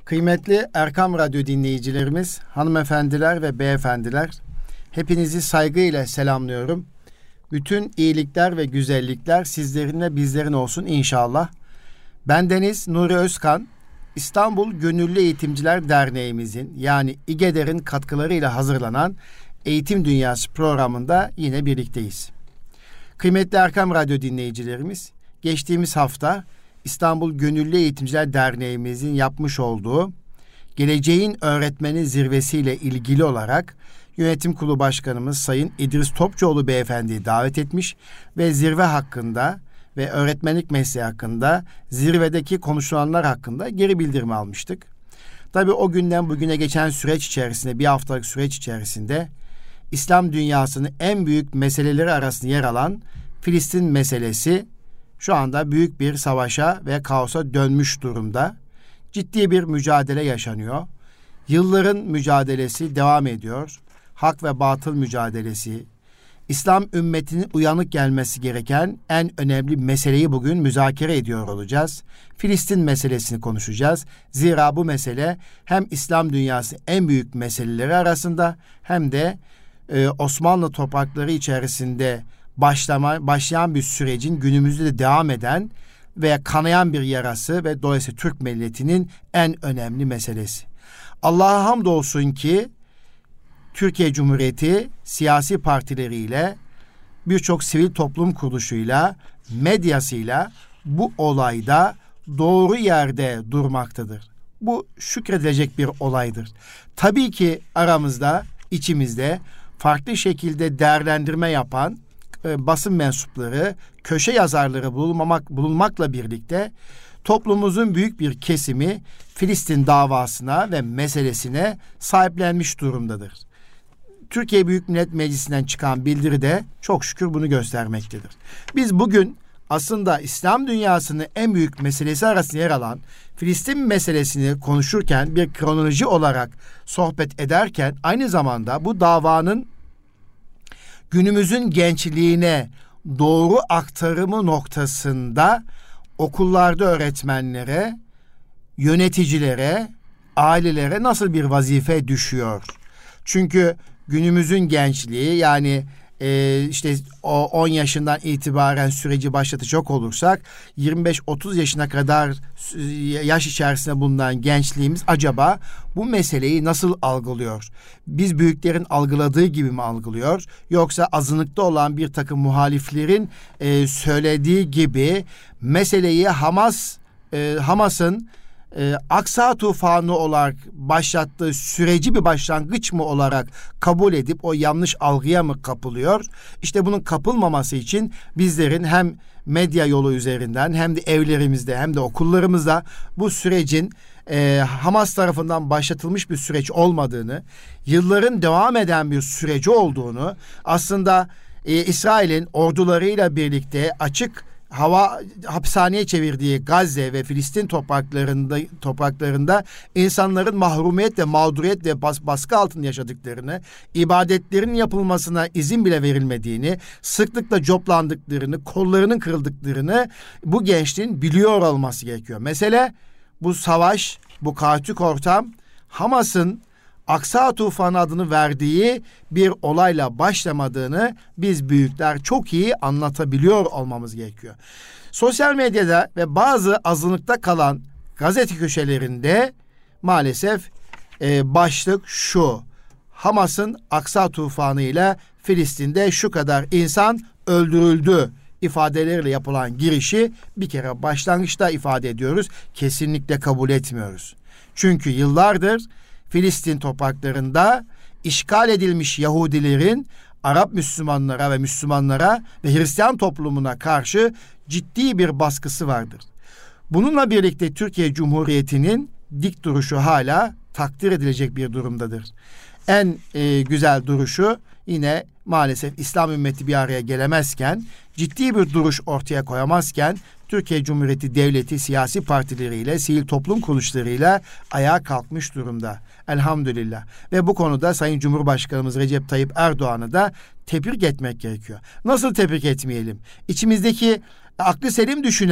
Kıymetli Erkam Radyo dinleyicilerimiz, hanımefendiler ve beyefendiler, hepinizi saygıyla selamlıyorum. Bütün iyilikler ve güzellikler sizlerin ve bizlerin olsun inşallah. Bendeniz Nuri Özkan, İstanbul Gönüllü Eğitimciler Derneğimizin yani İGEDER'in katkılarıyla hazırlanan Eğitim Dünyası programında yine birlikteyiz. Kıymetli Erkam Radyo dinleyicilerimiz, geçtiğimiz hafta İstanbul Gönüllü Eğitimciler Derneğimizin yapmış olduğu Geleceğin Öğretmeni zirvesiyle ilgili olarak Yönetim Kurulu Başkanımız Sayın İdris Topçuoğlu Beyefendi'yi davet etmiş ve zirve hakkında ve öğretmenlik mesleği hakkında zirvedeki konuşulanlar hakkında geri bildirimi almıştık. Tabii o günden bugüne geçen süreç içerisinde, bir haftalık süreç içerisinde İslam dünyasının en büyük meseleleri arasında yer alan Filistin meselesi şu anda büyük bir savaşa ve kaosa dönmüş durumda. Ciddi bir mücadele yaşanıyor. Yılların mücadelesi devam ediyor. Hak ve batıl mücadelesi. İslam ümmetinin uyanık gelmesi gereken en önemli meseleyi bugün müzakere ediyor olacağız. Filistin meselesini konuşacağız. Zira bu mesele hem İslam dünyası en büyük meseleleri arasında hem de Osmanlı toprakları içerisinde başlayan bir sürecin günümüzde de devam eden ve kanayan bir yarası ve dolayısıyla Türk milletinin en önemli meselesi. Allah'a hamdolsun ki Türkiye Cumhuriyeti siyasi partileriyle, birçok sivil toplum kuruluşuyla, medyasıyla bu olayda doğru yerde durmaktadır. Bu şükredilecek bir olaydır. Tabii ki aramızda, içimizde farklı şekilde yapan basın mensupları, köşe yazarları bulunmakla birlikte toplumumuzun büyük bir kesimi Filistin davasına ve meselesine sahiplenmiş durumdadır. Türkiye Büyük Millet Meclisi'nden çıkan bildiri de çok şükür bunu göstermektedir. Biz bugün aslında İslam dünyasının en büyük meselesi arasında yer alan Filistin meselesini konuşurken bir kronoloji olarak sohbet ederken aynı zamanda bu davanın günümüzün gençliğine doğru aktarımı noktasında okullarda öğretmenlere, yöneticilere, ailelere nasıl bir vazife düşüyor? Çünkü günümüzün gençliği yani işte o 10 yaşından itibaren süreci başlatacak olursak 25-30 yaşına kadar yaş içerisinde bulunan gençliğimiz acaba bu meseleyi nasıl algılıyor? Biz büyüklerin algıladığı gibi mi algılıyor? Yoksa azınlıkta olan bir takım muhaliflerin söylediği gibi meseleyi Hamas'ın Aksa tufanı olarak başlattığı süreci bir başlangıç mı olarak kabul edip o yanlış algıya mı kapılıyor? İşte bunun kapılmaması için bizlerin hem medya yolu üzerinden hem de evlerimizde hem de okullarımızda bu sürecin Hamas tarafından başlatılmış bir süreç olmadığını, yılların devam eden bir süreci olduğunu, aslında İsrail'in ordularıyla birlikte açık hapishaneye çevirdiği Gazze ve Filistin topraklarında insanların mahrumiyet ve mağduriyet ve baskı altında yaşadıklarını, ibadetlerin yapılmasına izin bile verilmediğini, sıklıkla coplandıklarını, kollarının kırıldıklarını bu gençliğin biliyor olması gerekiyor. Mesele bu savaş, bu kaotik ortam Hamas'ın Aksa tufanı adını verdiği bir olayla başlamadığını biz büyükler çok iyi anlatabiliyor olmamız gerekiyor. Sosyal medyada ve bazı azınlıkta kalan gazete köşelerinde maalesef başlık şu: Hamas'ın Aksa tufanı ile Filistin'de şu kadar insan öldürüldü ifadeleriyle yapılan girişi bir kere başlangıçta ifade ediyoruz. Kesinlikle kabul etmiyoruz. Çünkü yıllardır Filistin topraklarında işgal edilmiş Yahudilerin Arap Müslümanlara ve Hristiyan toplumuna karşı ciddi bir baskısı vardır. Bununla birlikte Türkiye Cumhuriyeti'nin dik duruşu hala takdir edilecek bir durumdadır. En güzel duruşu yine maalesef İslam ümmeti bir araya gelemezken, ciddi bir duruş ortaya koyamazken Türkiye Cumhuriyeti Devleti siyasi partileriyle, sivil toplum kuruluşlarıyla ayağa kalkmış durumda. Elhamdülillah. Ve bu konuda Sayın Cumhurbaşkanımız Recep Tayyip Erdoğan'ı da tebrik etmek gerekiyor. Nasıl tebrik etmeyelim? İçimizdeki aklı selim düşünen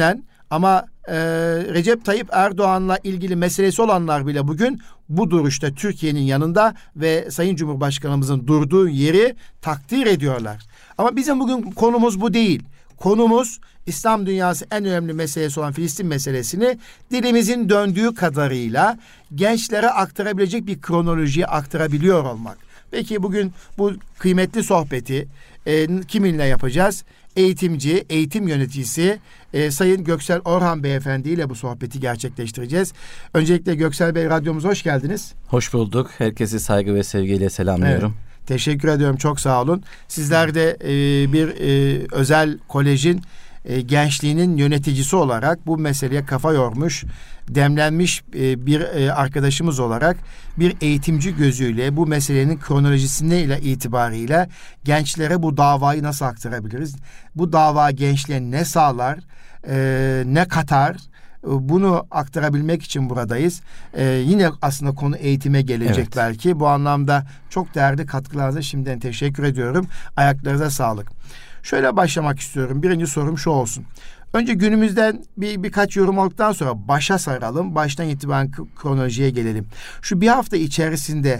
Ama Recep Tayyip Erdoğan'la ilgili meselesi olanlar bile bugün bu duruşta Türkiye'nin yanında ve Sayın Cumhurbaşkanımızın durduğu yeri takdir ediyorlar. Ama bizim bugün konumuz bu değil. Konumuz İslam dünyası en önemli meselesi olan Filistin meselesini dilimizin döndüğü kadarıyla gençlere aktarabilecek bir kronolojiye aktarabiliyor olmak. Peki bugün bu kıymetli sohbeti kiminle yapacağız? Eğitimci, eğitim yöneticisi Sayın Göksel Orhan Beyefendi ile bu sohbeti gerçekleştireceğiz. Öncelikle Göksel Bey, radyomuza hoş geldiniz. Hoş bulduk. Herkesi saygı ve sevgiyle selamlıyorum. Evet, teşekkür ediyorum. Çok sağ olun. Sizler de bir özel kolejin gençliğinin yöneticisi olarak bu meseleye kafa yormuş, demlenmiş bir arkadaşımız olarak bir eğitimci gözüyle bu meselenin kronolojisine ile itibariyle gençlere bu davayı nasıl aktarabiliriz? Bu dava gençliğe ne sağlar, ne katar? Bunu aktarabilmek için buradayız. Yine aslında konu eğitime gelecek, evet. Belki. Bu anlamda çok değerli katkılarınıza şimdiden teşekkür ediyorum. Ayaklarınıza sağlık. Şöyle başlamak istiyorum. Birinci sorum şu olsun. Önce günümüzden birkaç yorum aldıktan sonra başa saralım. Baştan itibaren kronolojiye gelelim. Şu bir hafta içerisinde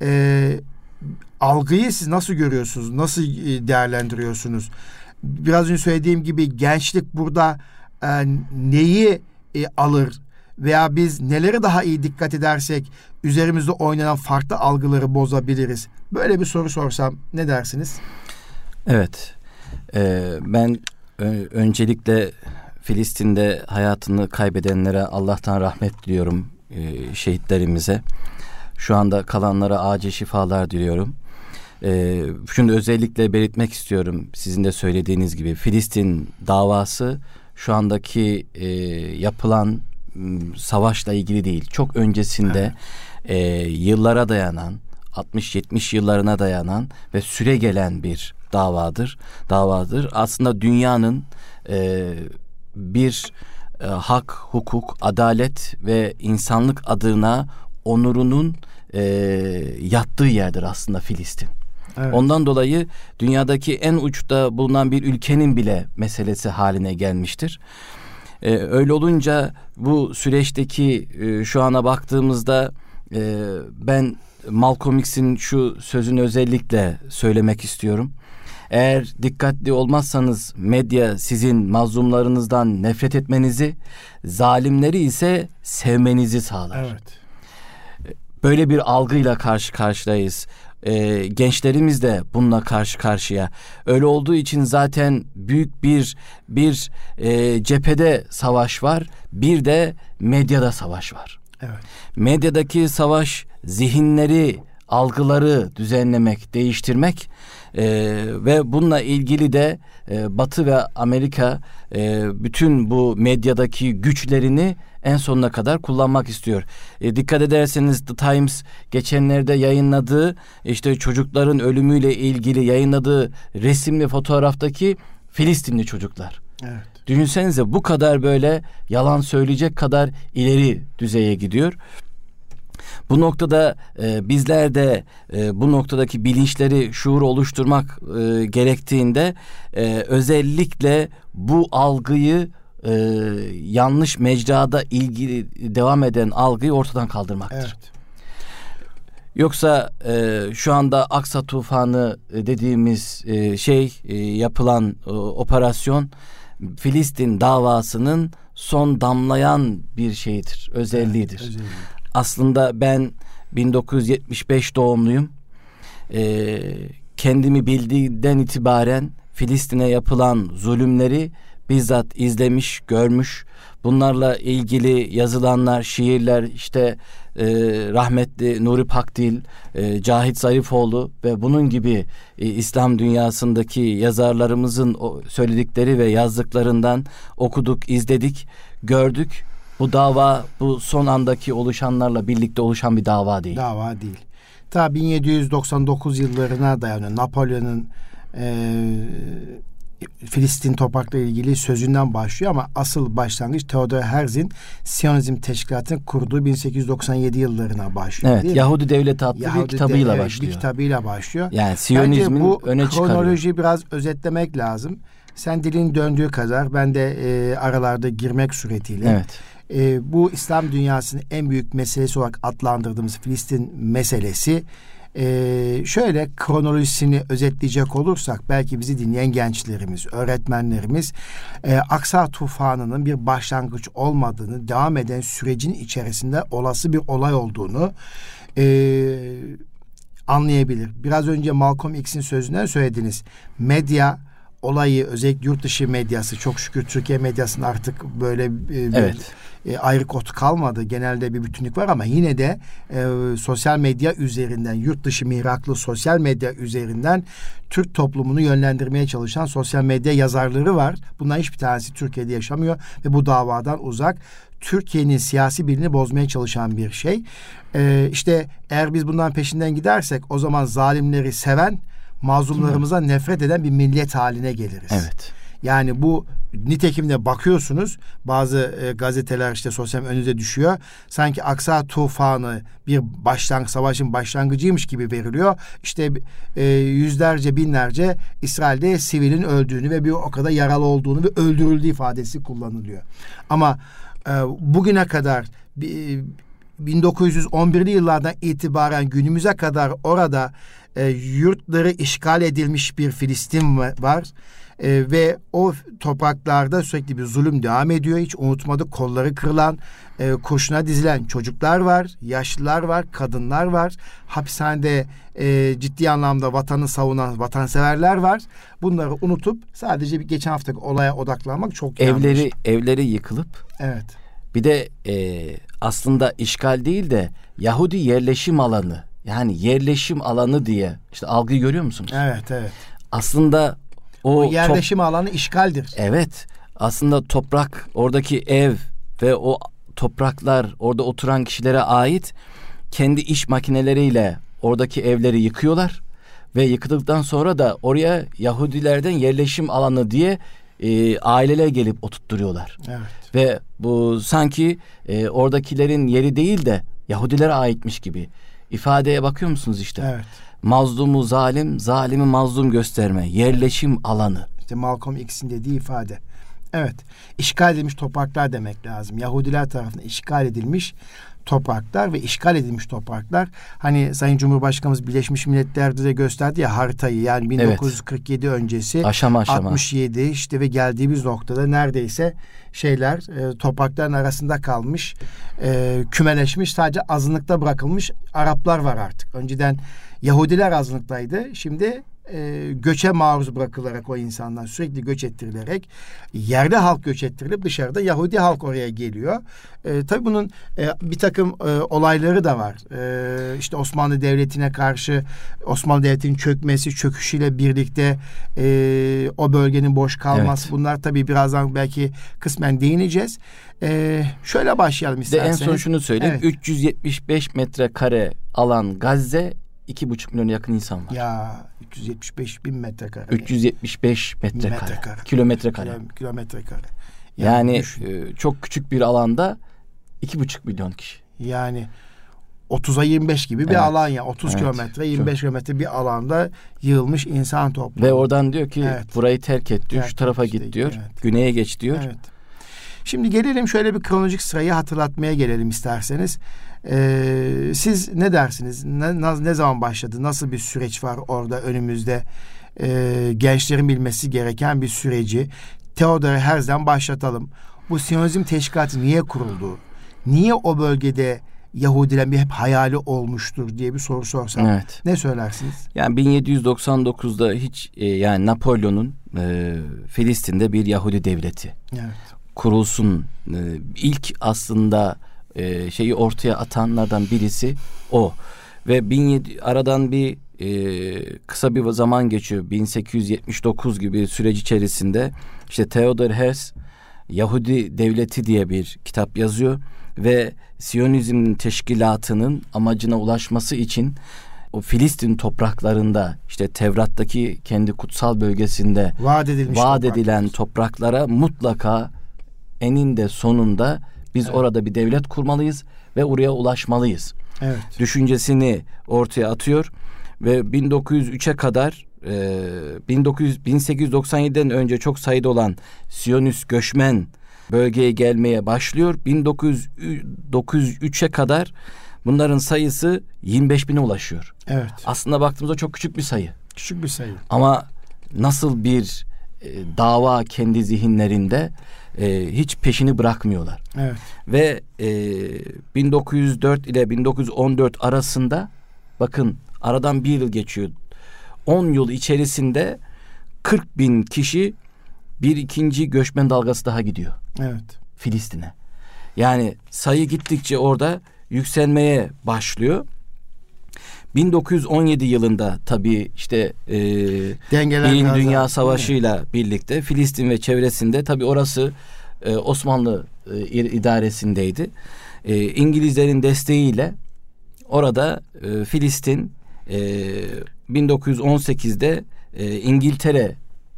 algıyı siz nasıl görüyorsunuz? Nasıl değerlendiriyorsunuz? Biraz önce söylediğim gibi gençlik burada neyi alır veya biz neleri daha iyi dikkat edersek üzerimizde oynanan farklı algıları bozabiliriz? Böyle bir soru sorsam ne dersiniz? Evet. Ben öncelikle Filistin'de hayatını kaybedenlere Allah'tan rahmet diliyorum, şehitlerimize. Şu anda kalanlara acil şifalar diliyorum. Şunu özellikle belirtmek istiyorum. Sizin de söylediğiniz gibi Filistin davası şu andaki yapılan savaşla ilgili değil. Çok öncesinde yıllara dayanan, 60-70 yıllarına dayanan ve süre gelen bir davadır. Aslında dünyanın bir hak, hukuk, adalet ve insanlık adına onurunun yattığı yerdir aslında Filistin. Evet. Ondan dolayı dünyadaki en uçta bulunan bir ülkenin bile meselesi haline gelmiştir. Öyle olunca bu süreçteki şu ana baktığımızda ben Malcolm X'in şu sözünü özellikle söylemek istiyorum. Eğer dikkatli olmazsanız medya sizin mazlumlarınızdan nefret etmenizi, zalimleri ise sevmenizi sağlar. Evet. Böyle bir algıyla karşı karşıyayız. Gençlerimiz de bununla karşı karşıya. Öyle olduğu için zaten büyük bir cephede savaş var. Bir de medyada savaş var. Evet. Medyadaki savaş zihinleri, algıları düzenlemek, değiştirmek ve bununla ilgili de Batı ve Amerika bütün bu medyadaki güçlerini en sonuna kadar kullanmak istiyor. Dikkat ederseniz The Times geçenlerde yayınladığı çocukların ölümüyle ilgili yayınladığı resimli fotoğraftaki Filistinli çocuklar. Evet. Düşünsenize, bu kadar böyle yalan söyleyecek kadar ileri düzeye gidiyor. Bu noktada bizler de bu noktadaki bilinçleri, şuur oluşturmak gerektiğinde özellikle bu algıyı yanlış mecrada ilgili devam eden algıyı ortadan kaldırmaktır. Evet. Yoksa şu anda Aksa Tufanı dediğimiz yapılan operasyon Filistin davasının son damlayan bir şeydir, özelliğidir. Evet, aslında ben 1975 doğumluyum. Kendimi bildiğinden itibaren Filistin'e yapılan zulümleri bizzat izlemiş, görmüş. Bunlarla ilgili yazılanlar, şiirler, rahmetli Nuri Pakdil, Cahit Zarifoğlu ve bunun gibi İslam dünyasındaki yazarlarımızın söyledikleri ve yazdıklarından okuduk, izledik, gördük. Bu dava bu son andaki oluşanlarla birlikte oluşan bir dava değil. Dava değil. Ta 1799 yıllarına dayanıyor. Napolyon'un Filistin toprakla ilgili sözünden başlıyor ama asıl başlangıç Theodor Herzl'in Siyonizm Teşkilatı'nın kurduğu 1897 yıllarına başlıyor. Evet, Yahudi Devleti adlı bir kitabıyla başlıyor. Bir kitabıyla başlıyor. Yani Siyonizmin öne çıkarıyor. Kronolojiyi biraz özetlemek lazım. Sen dilin döndüğü kadar ben de aralarda girmek suretiyle Evet. Bu İslam dünyasının en büyük meselesi olarak adlandırdığımız Filistin meselesi, şöyle kronolojisini özetleyecek olursak belki bizi dinleyen gençlerimiz, öğretmenlerimiz Aksa tufanının bir başlangıç olmadığını, devam eden sürecin içerisinde olası bir olay olduğunu anlayabilir. Biraz önce Malcolm X'in sözünden söylediniz. Medya olayı, özellikle yurt dışı medyası, çok şükür Türkiye medyasının artık böyle Evet. ayrı kod kalmadı. Genelde bir bütünlük var ama yine de sosyal medya üzerinden, yurt dışı mihraklı sosyal medya üzerinden Türk toplumunu yönlendirmeye çalışan sosyal medya yazarları var. Bunların hiçbir tanesi Türkiye'de yaşamıyor ve bu davadan uzak. Türkiye'nin siyasi bilini bozmaya çalışan bir şey. İşte eğer biz bundan peşinden gidersek o zaman zalimleri seven, mazlumlarımıza nefret eden bir millet haline geliriz. Evet. Yani bu nitekim de bakıyorsunuz bazı gazeteler işte sosyal önünüze düşüyor. Sanki Aksa tufanı bir savaşın başlangıcıymış gibi veriliyor. İşte yüzlerce binlerce İsrail'de sivilin öldüğünü ve bir o kadar yaralı olduğunu ve öldürüldüğü ifadesi kullanılıyor. Ama bugüne kadar 1911'li yıllardan itibaren günümüze kadar orada yurtları işgal edilmiş bir Filistin var. Ve o topraklarda sürekli bir zulüm devam ediyor. Hiç unutmadık, kolları kırılan, kurşuna dizilen çocuklar var, yaşlılar var, kadınlar var. Hapishanede ciddi anlamda vatanı savunan vatanseverler var. Bunları unutup sadece geçen haftaki olaya odaklanmak çok yanlış. Evleri yıkılıp, evet, bir de aslında işgal değil de Yahudi yerleşim alanı, yani yerleşim alanı diye işte algıyı görüyor musunuz? Evet, evet. Aslında o yerleşim alanı işgaldir. Evet. Aslında toprak, oradaki ev ve o topraklar, orada oturan kişilere ait, kendi iş makineleriyle oradaki evleri yıkıyorlar ve yıkıldıktan sonra da oraya Yahudilerden yerleşim alanı diye aileler gelip oturtturuyorlar. Evet. Ve bu sanki oradakilerin yeri değil de Yahudilere aitmiş gibi. İfadeye bakıyor musunuz işte? Evet. Mazlumu zalim, zalimi mazlum gösterme. Yerleşim alanı. İşte Malcolm X'in dediği ifade. Evet. İşgal edilmiş topraklar demek lazım. Yahudiler tarafından işgal edilmiş topraklar ve işgal edilmiş topraklar. Hani Sayın Cumhurbaşkanımız Birleşmiş Milletler'de de gösterdi ya haritayı. Yani 1947 evet. öncesi aşama. 67 işte ve geldiğimiz noktada neredeyse toprakların arasında kalmış, kümeleşmiş, sadece azınlıkta bırakılmış Araplar var artık. Önceden Yahudiler azınlıktaydı. Şimdi göçe maruz bırakılarak o insanlar sürekli göç ettirilerek yerli halk göç ettirilip dışarıda Yahudi halk oraya geliyor. Tabii bunun bir takım olayları da var. İşte Osmanlı Devleti'ne karşı Osmanlı Devleti'nin çöküşüyle birlikte o bölgenin boş kalması, evet. Bunlar tabii birazdan belki kısmen değineceğiz. Şöyle başlayalım isterseniz. En son şunu söyleyeyim. Evet. 375 metrekare alan Gazze, 2,5 milyona yakın insan var. Ya 375 bin metrekare. 375 metrekare. Kilometrekare. Yani çok küçük bir alanda 2,5 milyon kişi. Yani 30'a 25 gibi bir alan ya. 30 evet. kilometre, 25 kilometre bir alanda yığılmış insan toplumu. Ve oradan diyor ki evet. burayı terk et diyor. Şu tarafa git diyor. Evet. Güneye geç diyor. Evet. Şimdi gelelim şöyle bir kronolojik sırayı hatırlatmaya gelelim isterseniz. Siz ne dersiniz? Ne zaman başladı? Nasıl bir süreç var orada önümüzde? Gençlerin bilmesi gereken bir süreci. Theodor Herzl'den başlatalım. Bu Siyonizm Teşkilatı niye kuruldu? Niye o bölgede Yahudilerin hep hayali olmuştur diye bir soru sorsam. Evet. Ne söylersiniz? Yani 1799'da hiç yani Napolyon'un Filistin'de bir Yahudi devleti kurulsun. İlk aslında şeyi ortaya atanlardan birisi o. Ve aradan bir kısa bir zaman geçiyor. 1879 gibi süreç içerisinde işte Theodor Herzl Yahudi Devleti diye bir kitap yazıyor ve Siyonizm teşkilatının amacına ulaşması için o Filistin topraklarında işte Tevrat'taki kendi kutsal bölgesinde vaat edilen topraklara mutlaka eninde sonunda biz orada bir devlet kurmalıyız ve oraya ulaşmalıyız. Evet. Düşüncesini ortaya atıyor ve 1903'e kadar 1897'den önce çok sayıda olan Siyonist göçmen bölgeye gelmeye başlıyor. 1903'e kadar bunların sayısı 25.000'e ulaşıyor. Evet. Aslında baktığımızda çok küçük bir sayı. Küçük bir sayı. Ama nasıl bir dava kendi zihinlerinde, hiç peşini bırakmıyorlar. Evet. Ve 1904 ile 1914 arasında, bakın aradan bir yıl geçiyor. 10 yıl içerisinde 40.000 kişi bir ikinci göçmen dalgası daha gidiyor. Evet. Filistin'e. Yani sayı gittikçe orada yükselmeye başlıyor. 1917 yılında tabii işte Birinci Dünya Savaşı'yla birlikte Filistin ve çevresinde, tabii orası Osmanlı idaresindeydi. İngilizlerin desteğiyle orada Filistin 1918'de İngiltere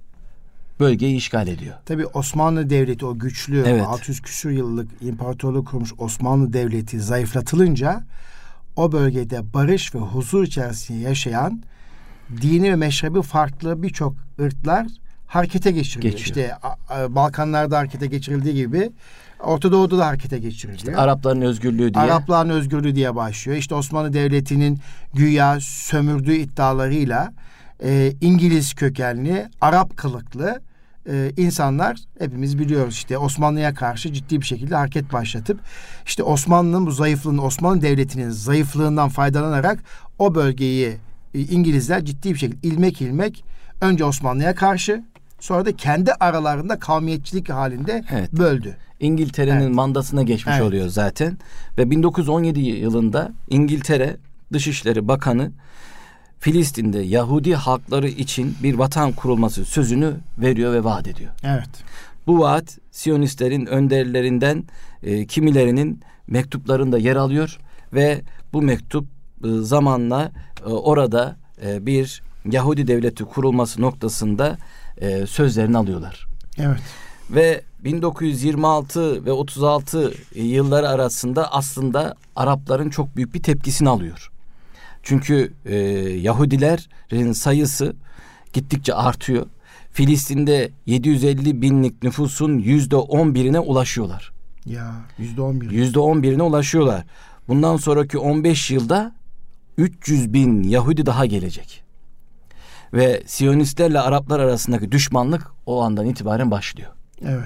bölgeyi işgal ediyor. Tabii Osmanlı Devleti, o güçlü, evet, 600 küsur yıllık imparatorluk kurmuş Osmanlı Devleti zayıflatılınca o bölgede barış ve huzur içerisinde yaşayan dini ve meşrebi farklı birçok ırklar harekete geçiriliyor. İşte Balkanlarda harekete geçirildiği gibi Orta Doğu'da da harekete geçiriliyor. İşte Arapların özgürlüğü diye. Arapların özgürlüğü diye başlıyor. İşte Osmanlı Devleti'nin güya sömürdüğü iddialarıyla İngiliz kökenli, Arap kılıklı insanlar, hepimiz biliyoruz, işte Osmanlı'ya karşı ciddi bir şekilde hareket başlatıp işte Osmanlı'nın bu zayıflığını, Osmanlı Devleti'nin zayıflığından faydalanarak o bölgeyi İngilizler ciddi bir şekilde ilmek ilmek önce Osmanlı'ya karşı, sonra da kendi aralarında kavmiyetçilik halinde evet, böldü. İngiltere'nin mandasına geçmiş evet, oluyor zaten. Ve 1917 yılında İngiltere Dışişleri Bakanı Filistin'de Yahudi halkları için bir vatan kurulması sözünü veriyor ve vaat ediyor. Evet. Bu vaat Siyonistlerin önderlerinden kimilerinin mektuplarında yer alıyor ve bu mektup zamanla orada bir Yahudi devleti kurulması noktasında sözlerini alıyorlar. Evet. Ve 1926 ve 36 yılları arasında aslında Arapların çok büyük bir tepkisini alıyor. Çünkü Yahudilerin sayısı gittikçe artıyor. Filistin'de 750 binlik nüfusun %11'ine ulaşıyorlar. Ya %11. %11'ine ulaşıyorlar. Bundan sonraki 15 yılda 300 bin Yahudi daha gelecek. Ve Siyonistlerle Araplar arasındaki düşmanlık o andan itibaren başlıyor. Evet.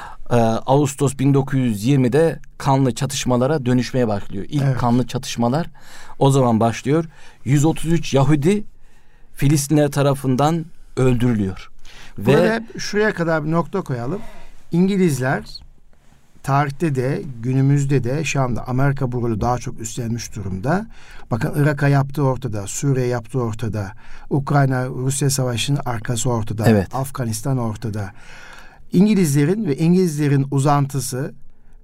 Ağustos 1920'de kanlı çatışmalara dönüşmeye başlıyor. İlk evet, kanlı çatışmalar o zaman başlıyor. 133 Yahudi Filistinler tarafından öldürülüyor. Ve şuraya kadar bir nokta koyalım. İngilizler tarihte de günümüzde de şu anda Amerika bu rolü daha çok üstlenmiş durumda. Bakın Irak'a yaptığı ortada, Suriye yaptığı ortada, Ukrayna-Rusya savaşının arkası ortada, evet, Afganistan ortada. İngilizlerin ve İngilizlerin uzantısı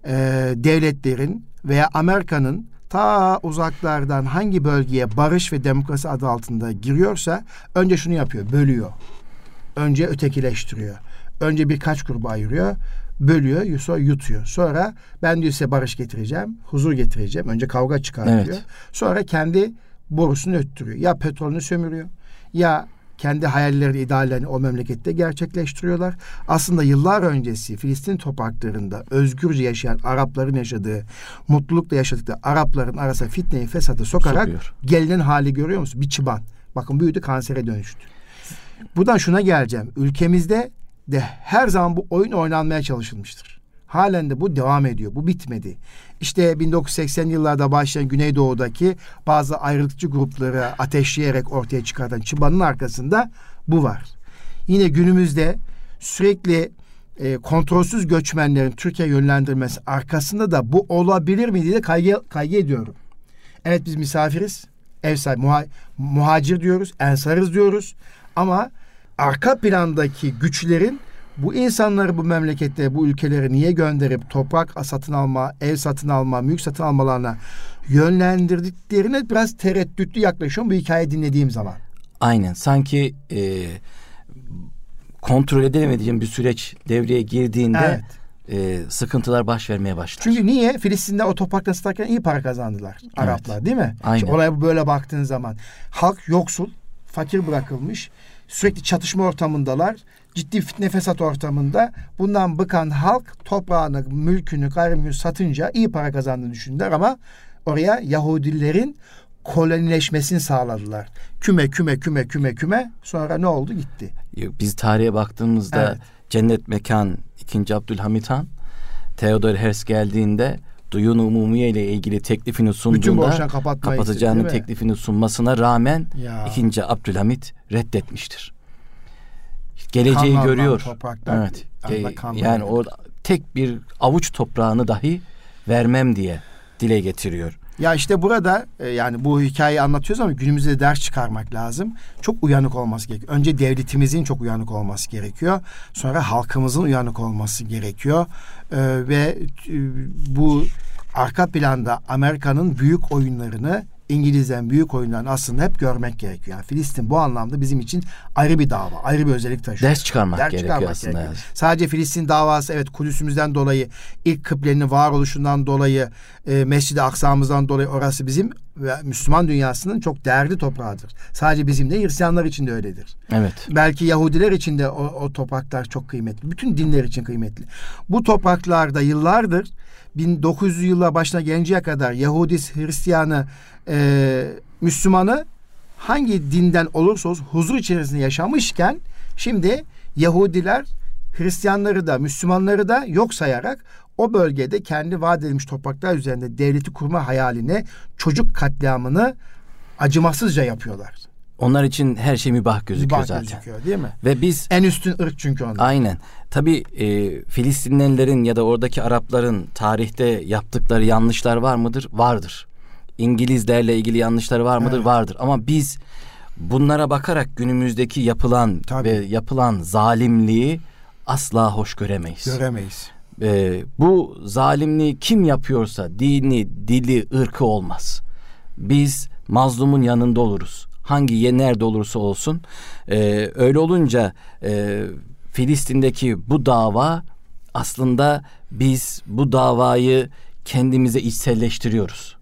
devletlerin veya Amerika'nın ta uzaklardan hangi bölgeye barış ve demokrasi adı altında giriyorsa önce şunu yapıyor, bölüyor. Önce ötekileştiriyor. Önce birkaç gruba ayırıyor, bölüyor, sonra yutuyor. Sonra ben diyor size barış getireceğim, huzur getireceğim. Önce kavga çıkartıyor. Evet. Sonra kendi borusunu öttürüyor. Ya petrolünü sömürüyor, ya kendi hayallerini, ideallerini o memlekette gerçekleştiriyorlar. Aslında yıllar öncesi Filistin topraklarında özgürce yaşayan Arapların yaşadığı, mutlulukla yaşadıkları Arapların arasına fitneyi, fesatı sokarak gelinen hali görüyor musun? Bir çıban. Bakın büyüdü, kansere dönüştü. Buradan şuna geleceğim. Ülkemizde de her zaman bu oyun oynanmaya çalışılmıştır. Halen de bu devam ediyor. Bu bitmedi. İşte 1980'li yıllarda başlayan Güneydoğu'daki bazı ayrılıkçı grupları ateşleyerek ortaya çıkartan çıbanın arkasında bu var. Yine günümüzde sürekli kontrolsüz göçmenlerin Türkiye yönlendirmesi arkasında da bu olabilir mi diye kaygı ediyorum. Evet, biz misafiriz. Ev sahibi, muhacir diyoruz, ensarız diyoruz. Ama arka plandaki güçlerin bu insanları bu memlekette, bu ülkelere niye gönderip toprak satın alma, ev satın alma, mülk satın almalarına yönlendirdiklerine biraz tereddütlü yaklaşıyorum bu hikayeyi dinlediğim zaman. Aynen. Sanki kontrol edilemediğim bir süreç devreye girdiğinde sıkıntılar baş vermeye başlar. Çünkü niye? Filistin'de o toprakta satarken iyi para kazandılar Araplar, değil mi? Aynen. Şimdi olaya böyle baktığın zaman halk yoksul, fakir bırakılmış, sürekli çatışma ortamındalar. Ciddi fitne fesat ortamında bundan bıkan halk toprağını, mülkünü, gayrimülkünü satınca iyi para kazandığını düşündüler ama oraya Yahudilerin kolonileşmesini sağladılar. Küme sonra ne oldu? Gitti. Biz tarihe baktığımızda cennet mekan 2. Abdülhamit Han, Theodor Herzl geldiğinde Duyun Umumiye ile ilgili teklifini sunduğunda kapatacağını teklifini sunmasına rağmen 2. Abdülhamit reddetmiştir. Geleceği görüyor. Evet. Yani orada tek bir avuç toprağını dahi vermem diye dile getiriyor. Ya işte burada yani bu hikayeyi anlatıyoruz ama günümüzde ders çıkarmak lazım. Çok uyanık olması gerekiyor. Önce devletimizin çok uyanık olması gerekiyor. Sonra halkımızın uyanık olması gerekiyor. Ve bu arka planda Amerika'nın büyük oyunlarını, İngilizlerin büyük oyunlarını aslında hep görmek gerekiyor. Yani Filistin bu anlamda bizim için ayrı bir dava, ayrı bir özellik taşıyor. Ders çıkarmak gerekiyor aslında. Yani. Sadece Filistin davası, evet, Kudüs'ümüzden dolayı, ilk kıblenin varoluşundan dolayı, Mescid-i Aksa'mızdan dolayı orası bizim ve Müslüman dünyasının çok değerli toprağıdır. Sadece bizim de, Hristiyanlar için de öyledir. Evet. Belki Yahudiler için de o topraklar çok kıymetli. Bütün dinler için kıymetli. Bu topraklarda yıllardır 1900'lü yıllar başına gelinceye kadar Yahudi, Hristiyanı, Müslümanı hangi dinden olursa olsun huzur içerisinde yaşamışken şimdi Yahudiler Hristiyanları da Müslümanları da yok sayarak o bölgede kendi vaat edilmiş topraklar üzerinde devleti kurma hayalini, çocuk katliamını acımasızca yapıyorlar. Onlar için her şey mübah gözüküyor zaten. Gözüküyor, değil mi? Ve biz en üstün ırk çünkü onlar. Aynen. Tabii Filistinlilerin ya da oradaki Arapların tarihte yaptıkları yanlışlar var mıdır? Vardır. İngilizlerle ilgili yanlışları var mıdır? Evet. Vardır. Ama biz bunlara bakarak günümüzdeki yapılan ve yapılan zalimliği asla hoş göremeyiz. Göremeyiz. Bu zalimliği kim yapıyorsa dini, dili, ırkı olmaz. Biz mazlumun yanında oluruz. Hangi nerede olursa olsun. Öyle olunca Filistin'deki bu dava aslında biz bu davayı kendimize içselleştiriyoruz.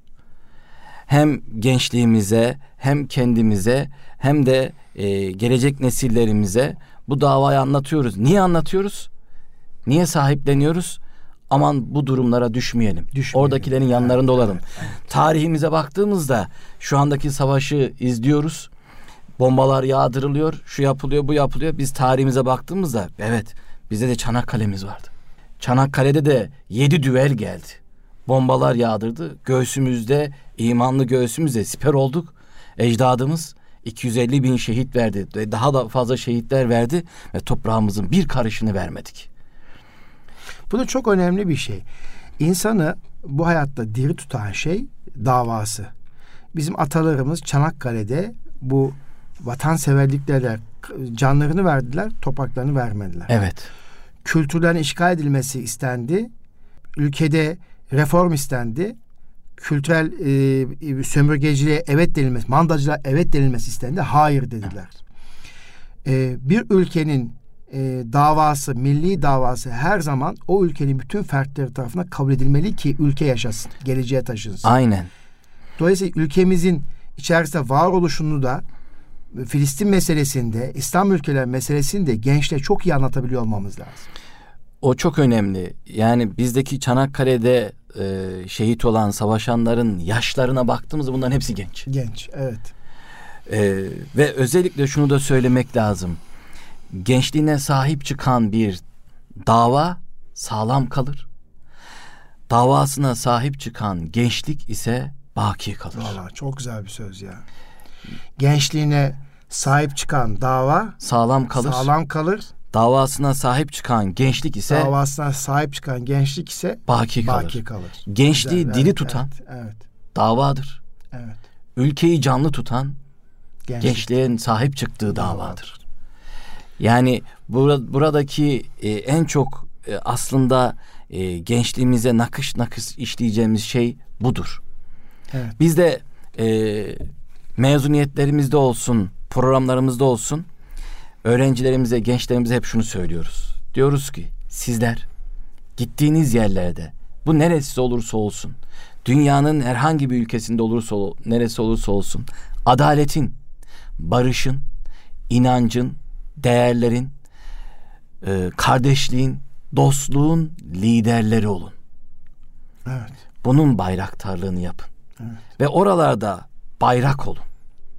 Hem gençliğimize hem kendimize hem de gelecek nesillerimize bu davayı anlatıyoruz. Niye anlatıyoruz? Niye sahipleniyoruz? Aman bu durumlara düşmeyelim. Oradakilerin yanlarında olalım. Evet. Tarihimize baktığımızda şu andaki savaşı izliyoruz. Bombalar yağdırılıyor, şu yapılıyor, bu yapılıyor. Biz tarihimize baktığımızda evet, bizde de Çanakkale'miz vardı. Çanakkale'de de 7 düvel geldi. Bombalar yağdırdı. Göğsümüzde, imanlı göğsümüzde siper olduk. Ecdadımız 250 bin şehit verdi. Daha da fazla şehitler verdi ve toprağımızın bir karışını vermedik. Bu da çok önemli bir şey. İnsanı bu hayatta diri tutan şey davası. Bizim atalarımız Çanakkale'de bu vatanseverliklerle canlarını verdiler, topraklarını vermediler. Evet. Kültürlerin işgal edilmesi istendi. Ülkede reform istendi. Kültürel sömürgeciliğe evet denilmesi, mandacılığa evet denilmesi istendi. Hayır dediler. Bir ülkenin davası, milli davası her zaman o ülkenin bütün fertleri tarafından kabul edilmeli ki ülke yaşasın, geleceğe taşınsın. Aynen. Dolayısıyla ülkemizin içerisinde varoluşunu da Filistin meselesinde, İslam ülkeler meselesinde gençlere çok iyi anlatabiliyor olmamız lazım. O çok önemli. Yani bizdeki Çanakkale'de şehit olan savaşanların yaşlarına baktığımızda bunların hepsi genç. Genç, evet. Ve özellikle şunu da söylemek lazım. Gençliğine sahip çıkan bir dava sağlam kalır. Davasına sahip çıkan gençlik ise baki kalır. Vallahi çok güzel bir söz ya. Gençliğine sahip çıkan dava sağlam kalır. Sağlam kalır. Davasına sahip çıkan gençlik ise baki kalır. Gençliği güzel, dili tutan davadır. Evet. Ülkeyi canlı tutan gençliğin sahip çıktığı davadır. Yani buradaki en çok aslında gençliğimize nakış işleyeceğimiz şey budur. Evet. Biz de mezuniyetlerimizde olsun, programlarımızda olsun, öğrencilerimize, gençlerimize hep şunu söylüyoruz. Diyoruz ki sizler gittiğiniz yerlerde, bu neresi olursa olsun, dünyanın herhangi bir ülkesinde neresi olursa olsun, adaletin, barışın, inancın, değerlerin, kardeşliğin, dostluğun liderleri olun. Evet. Bunun bayraktarlığını yapın. Evet. Ve oralarda bayrak olun.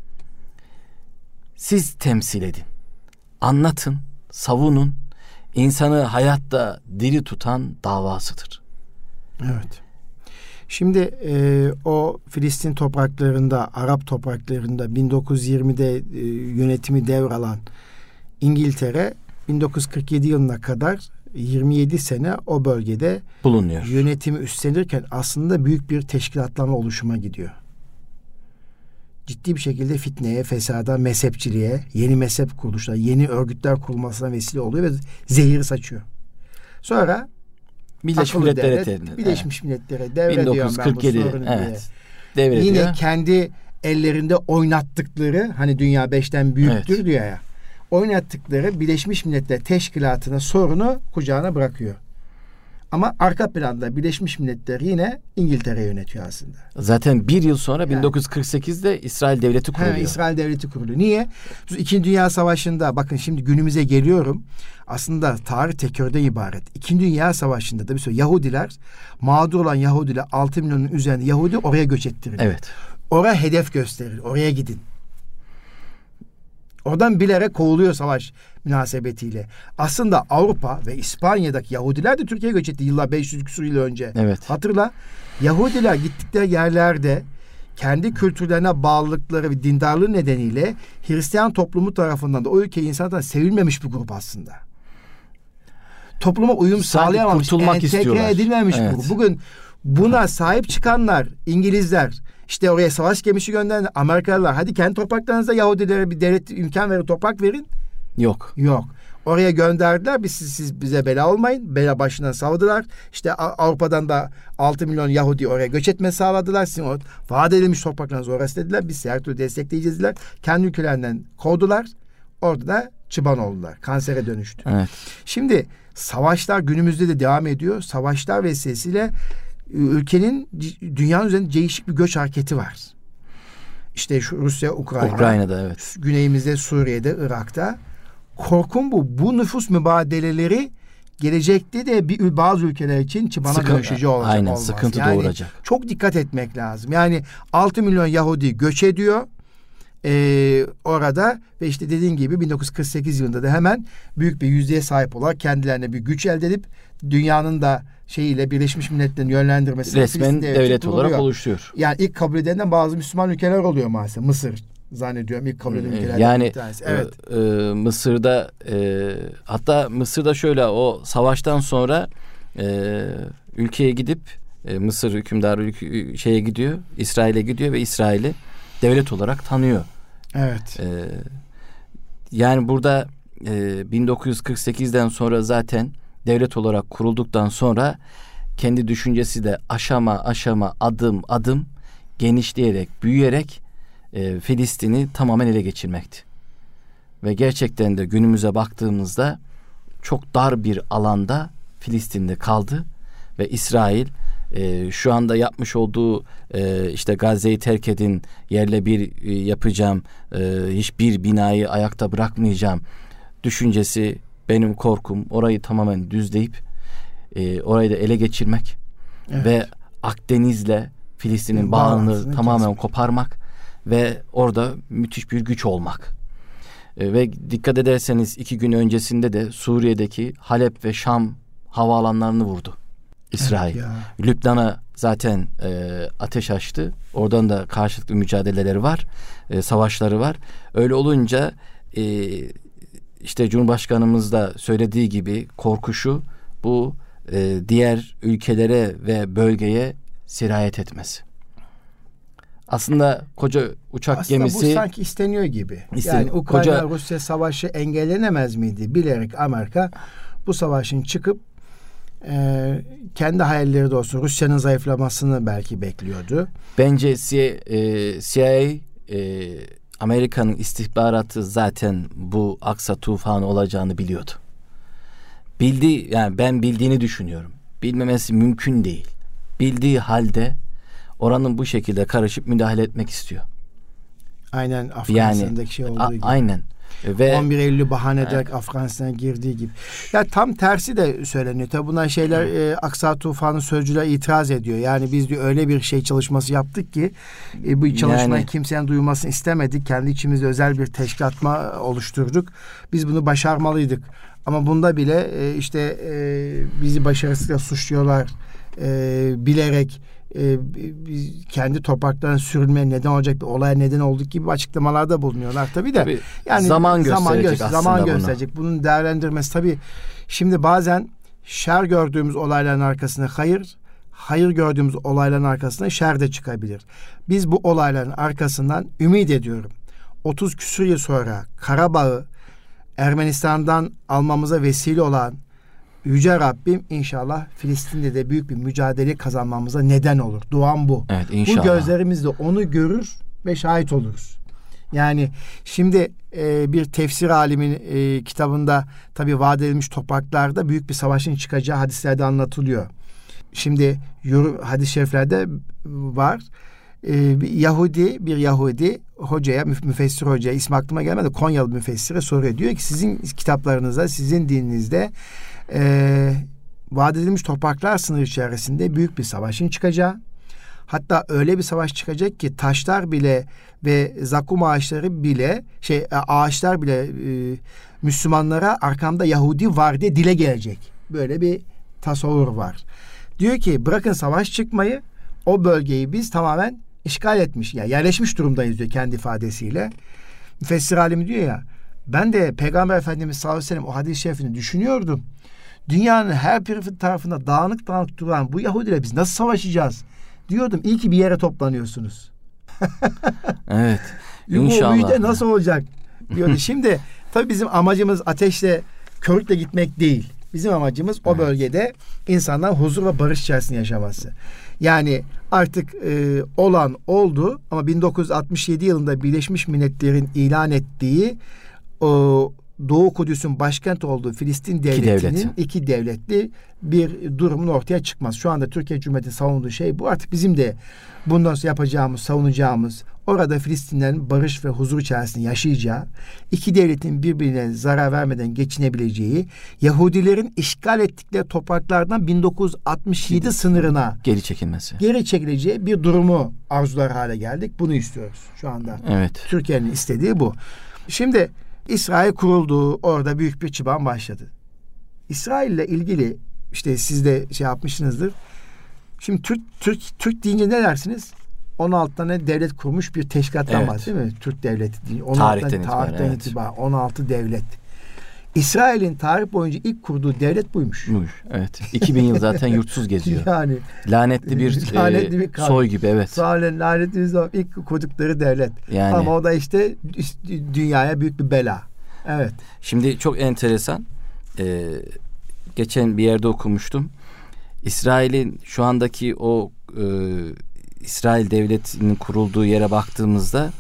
Siz temsil edin. Anlatın, savunun. İnsanı hayatta diri tutan davasıdır. Evet. Şimdi o Filistin topraklarında, Arap topraklarında 1920'de yönetimi devralan İngiltere 1947 yılına kadar 27 sene o bölgede bulunuyor. Yönetimi üstlenirken aslında büyük bir teşkilatlama oluşuma gidiyor. Ciddi bir şekilde fitneye, fesada, mezhepçiliğe, yeni mezhep kuruluşuna, yeni örgütler kurulmasına vesile oluyor ve zehir saçıyor. Sonra Birleşmiş Milletler'e Birleşmiş Milletler'e devrediyorum ben bu sorunu diye. Yine kendi ellerinde oynattıkları, hani dünya 5'ten büyüktür diyor ya. Oynattıkları Birleşmiş Milletler Teşkilatı'na sorunu kucağına bırakıyor. Ama arka planda Birleşmiş Milletler yine İngiltere yönetiyor aslında. Zaten bir yıl sonra 1948'de İsrail Devleti kuruluyor. İsrail Devleti kuruluyor. Niye? İkinci Dünya Savaşı'nda, bakın şimdi günümüze geliyorum. Aslında tarih tekrardan ibaret. İkinci Dünya Savaşı'nda da bir sürü Yahudiler, mağdur olan Yahudiler, 6 milyonun üzerinde Yahudi oraya göç ettirilir. Evet. Oraya hedef gösterilir. Oraya gidin. Oradan bilerek kovuluyor savaş münasebetiyle. Aslında Avrupa ve İspanya'daki Yahudiler de Türkiye'ye göç etti yıllar 500 küsur yıl önce. Evet. Hatırla. Yahudiler gittikleri yerlerde kendi kültürlerine bağlılıkları ve dindarlığı nedeniyle Hristiyan toplumu tarafından da o ülke insanlardan sevilmemiş bir grup aslında. Topluma uyum sağlayamamış, entegre edilmemiş bir grup. Bugün buna sahip çıkanlar İngilizler, işte oraya savaş gemisi gönderen Amerikalılar, hadi kendi topraklarınızda Yahudilere bir devlet imkan verin, toprak verin. Yok. Oraya gönderdiler. Siz bize bela olmayın. Bela başından savdılar. İşte Avrupa'dan da 6 milyon Yahudi oraya göç etme sağladılar. Sizin o vaat edilmiş topraklarınız orası dediler. Biz her türlü destekleyeceğiz dediler. Kendi ülkelerinden kovdular. Orada da çıban oldular. Kansere dönüştü. Evet. Şimdi savaşlar günümüzde de devam ediyor. Savaşlar vesilesiyle ülkenin, dünyanın üzerinde değişik bir göç hareketi var. İşte şu Rusya, Ukrayna'da evet. Güneyimizde, Suriye'de, Irak'ta. Korkum bu. Bu nüfus mübadeleleri gelecekte de bazı ülkeler için çıbana dönüşücü olacak. Aynen, sıkıntı doğuracak. Çok dikkat etmek lazım. Yani 6 milyon Yahudi göç ediyor orada ve işte dediğin gibi 1948 yılında da hemen büyük bir yüzdeye sahip olarak kendilerine bir güç elde edip dünyanın da Birleşmiş Milletler'in yönlendirmesi resmen devlet olarak oluşuyor. Yani ilk kabul edenden bazı Müslüman ülkeler oluyor maalesef. Mısır zannediyorum ilk kabul edilen ülkelerden yani, bir tanesi. Evet. Mısır'da hatta Mısır'da şöyle, o savaştan sonra ülkeye gidip Mısır hükümdarı gidiyor, İsrail'e gidiyor ve İsrail'i devlet olarak tanıyor. Evet. Yani burada 1948'den sonra zaten devlet olarak kurulduktan sonra kendi düşüncesi de aşama adım adım genişleyerek, büyüyerek Filistin'i tamamen ele geçirmekti. Ve gerçekten de günümüze baktığımızda çok dar bir alanda Filistin'de kaldı ve İsrail şu anda yapmış olduğu işte Gazze'yi terk edin, yerle bir yapacağım, hiçbir binayı ayakta bırakmayacağım düşüncesi, benim korkum orayı tamamen düzleyip orayı da ele geçirmek ve Akdeniz'le Filistin'in bağını tamamen koparmak ve orada müthiş bir güç olmak. Ve dikkat ederseniz 2 gün öncesinde de Suriye'deki Halep ve Şam havaalanlarını vurdu İsrail. Lübnan'a zaten ateş açtı. Oradan da karşılıklı mücadeleleri var. Savaşları var. Öyle olunca işte Cumhurbaşkanımız da söylediği gibi korku şu, bu diğer ülkelere ve bölgeye sirayet etmesi. Aslında koca uçak gemisi... Aslında bu sanki isteniyor gibi. Yani Ukrayna-Rusya savaşı engellenemez miydi? Bilerek Amerika bu savaşın çıkıp kendi hayalleri de olsun Rusya'nın zayıflamasını belki bekliyordu. Bence CIA Amerika'nın istihbaratı zaten bu Aksa tufanı olacağını biliyordu. Yani ben bildiğini düşünüyorum. bilmemesi mümkün değil. Bildiği halde oranın bu şekilde karışıp müdahale etmek istiyor. Aynen Afganistan'daki şey olduğu gibi. Aynen. Ve 11 Eylül'ü bahane ederek Afganistan'a girdiği gibi. Ya tam tersi de söyleniyor. Tabi bunlar şeyler Aksa Tufanı sözcüler itiraz ediyor. Yani biz diyor öyle bir şey çalışması yaptık ki bu çalışmayı kimsenin duymasını istemedik. Kendi içimizde özel bir teşkilatma oluşturduk. Biz bunu başarmalıydık. Ama bunda bile bizi başarısızlıkla suçluyorlar. Bilerek biz kendi topraklarına sürülmeye neden olacak bir olaya neden olduk gibi açıklamalarda bulunuyorlar tabii. Yani zaman gösterecek Bunun değerlendirmesi tabii. Şimdi bazen şer gördüğümüz olayların arkasına hayır gördüğümüz olayların arkasına şer de çıkabilir. Biz bu olayların arkasından ümit ediyorum 30 küsur yıl sonra Karabağ'ı Ermenistan'dan almamıza vesile olan Yüce Rabbim inşallah Filistin'de de büyük bir mücadele kazanmamıza neden olur. Duam bu. Evet, inşallah. Bu gözlerimizle onu görür ve şahit oluruz. Yani şimdi bir tefsir alimin kitabında tabii vaat edilmiş topraklarda büyük bir savaşın çıkacağı hadislerde anlatılıyor. Şimdi hadis-i şeriflerde var. Bir Yahudi hocaya, müfessir hocaya, ismi aklıma gelmedi, Konyalı müfessire soruyor. Diyor ki sizin kitaplarınızda, sizin dininizde vaat edilmiş topraklar sınırı içerisinde büyük bir savaşın çıkacağı, hatta öyle bir savaş çıkacak ki taşlar bile ve zakkum ağaçları bile ağaçlar bile Müslümanlara arkamda Yahudi var diye dile gelecek. Böyle bir tasavvur var. Diyor ki bırakın savaş çıkmayı, o bölgeyi biz tamamen işgal etmiş, yani yerleşmiş durumdayız diyor kendi ifadesiyle. Müfessir alimi diyor ya, ben de Peygamber Efendimiz sallallahu aleyhi ve sellem o hadis-i şerifini düşünüyordum. Dünyanın her bir tarafında dağınık duran bu Yahudiyle biz nasıl savaşacağız diyordum. İyi ki bir yere toplanıyorsunuz. Evet. İnşallah. Bu müjde nasıl olacak diyordu. Şimdi tabii bizim amacımız ateşle, körükle gitmek değil. Bizim amacımız o bölgede insanlar huzur ve barış içerisinde yaşaması. Yani artık olan oldu ama 1967 yılında Birleşmiş Milletler'in ilan ettiği Doğu Kudüs'ün başkent olduğu Filistin devletinin iki devletli bir durumun ortaya çıkması. Şu anda Türkiye Cumhuriyeti savunduğu şey bu. Artık bizim de bundan sonra yapacağımız, savunacağımız, orada Filistinlerin barış ve huzur içerisinde yaşayacağı, iki devletin birbirine zarar vermeden geçinebileceği, Yahudilerin işgal ettikleri topraklardan 1967 sınırına geri çekileceği bir durumu arzular hale geldik. Bunu istiyoruz şu anda. Evet. Türkiye'nin istediği bu. Şimdi İsrail kuruldu. Orada büyük bir çıban başladı. İsrail ile ilgili işte siz de yapmışsınızdır. Şimdi Türk deyince ne dersiniz? 16 tane devlet kurmuş bir teşkilattan var değil mi? Türk devleti değil. Tarihten itibaren 16 devlet. İsrail'in tarih boyunca ilk kurduğu devlet buymuş. Evet. 2000 yıl zaten yurtsuz geziyor. Yani lanetli bir soy gibi, evet. Lanetli bir ilk kurdukları devlet. Yani. Ama o da işte dünyaya büyük bir bela. Evet. Şimdi çok enteresan. Geçen bir yerde okumuştum. İsrail'in şu andaki o İsrail devletinin kurulduğu yere baktığımızda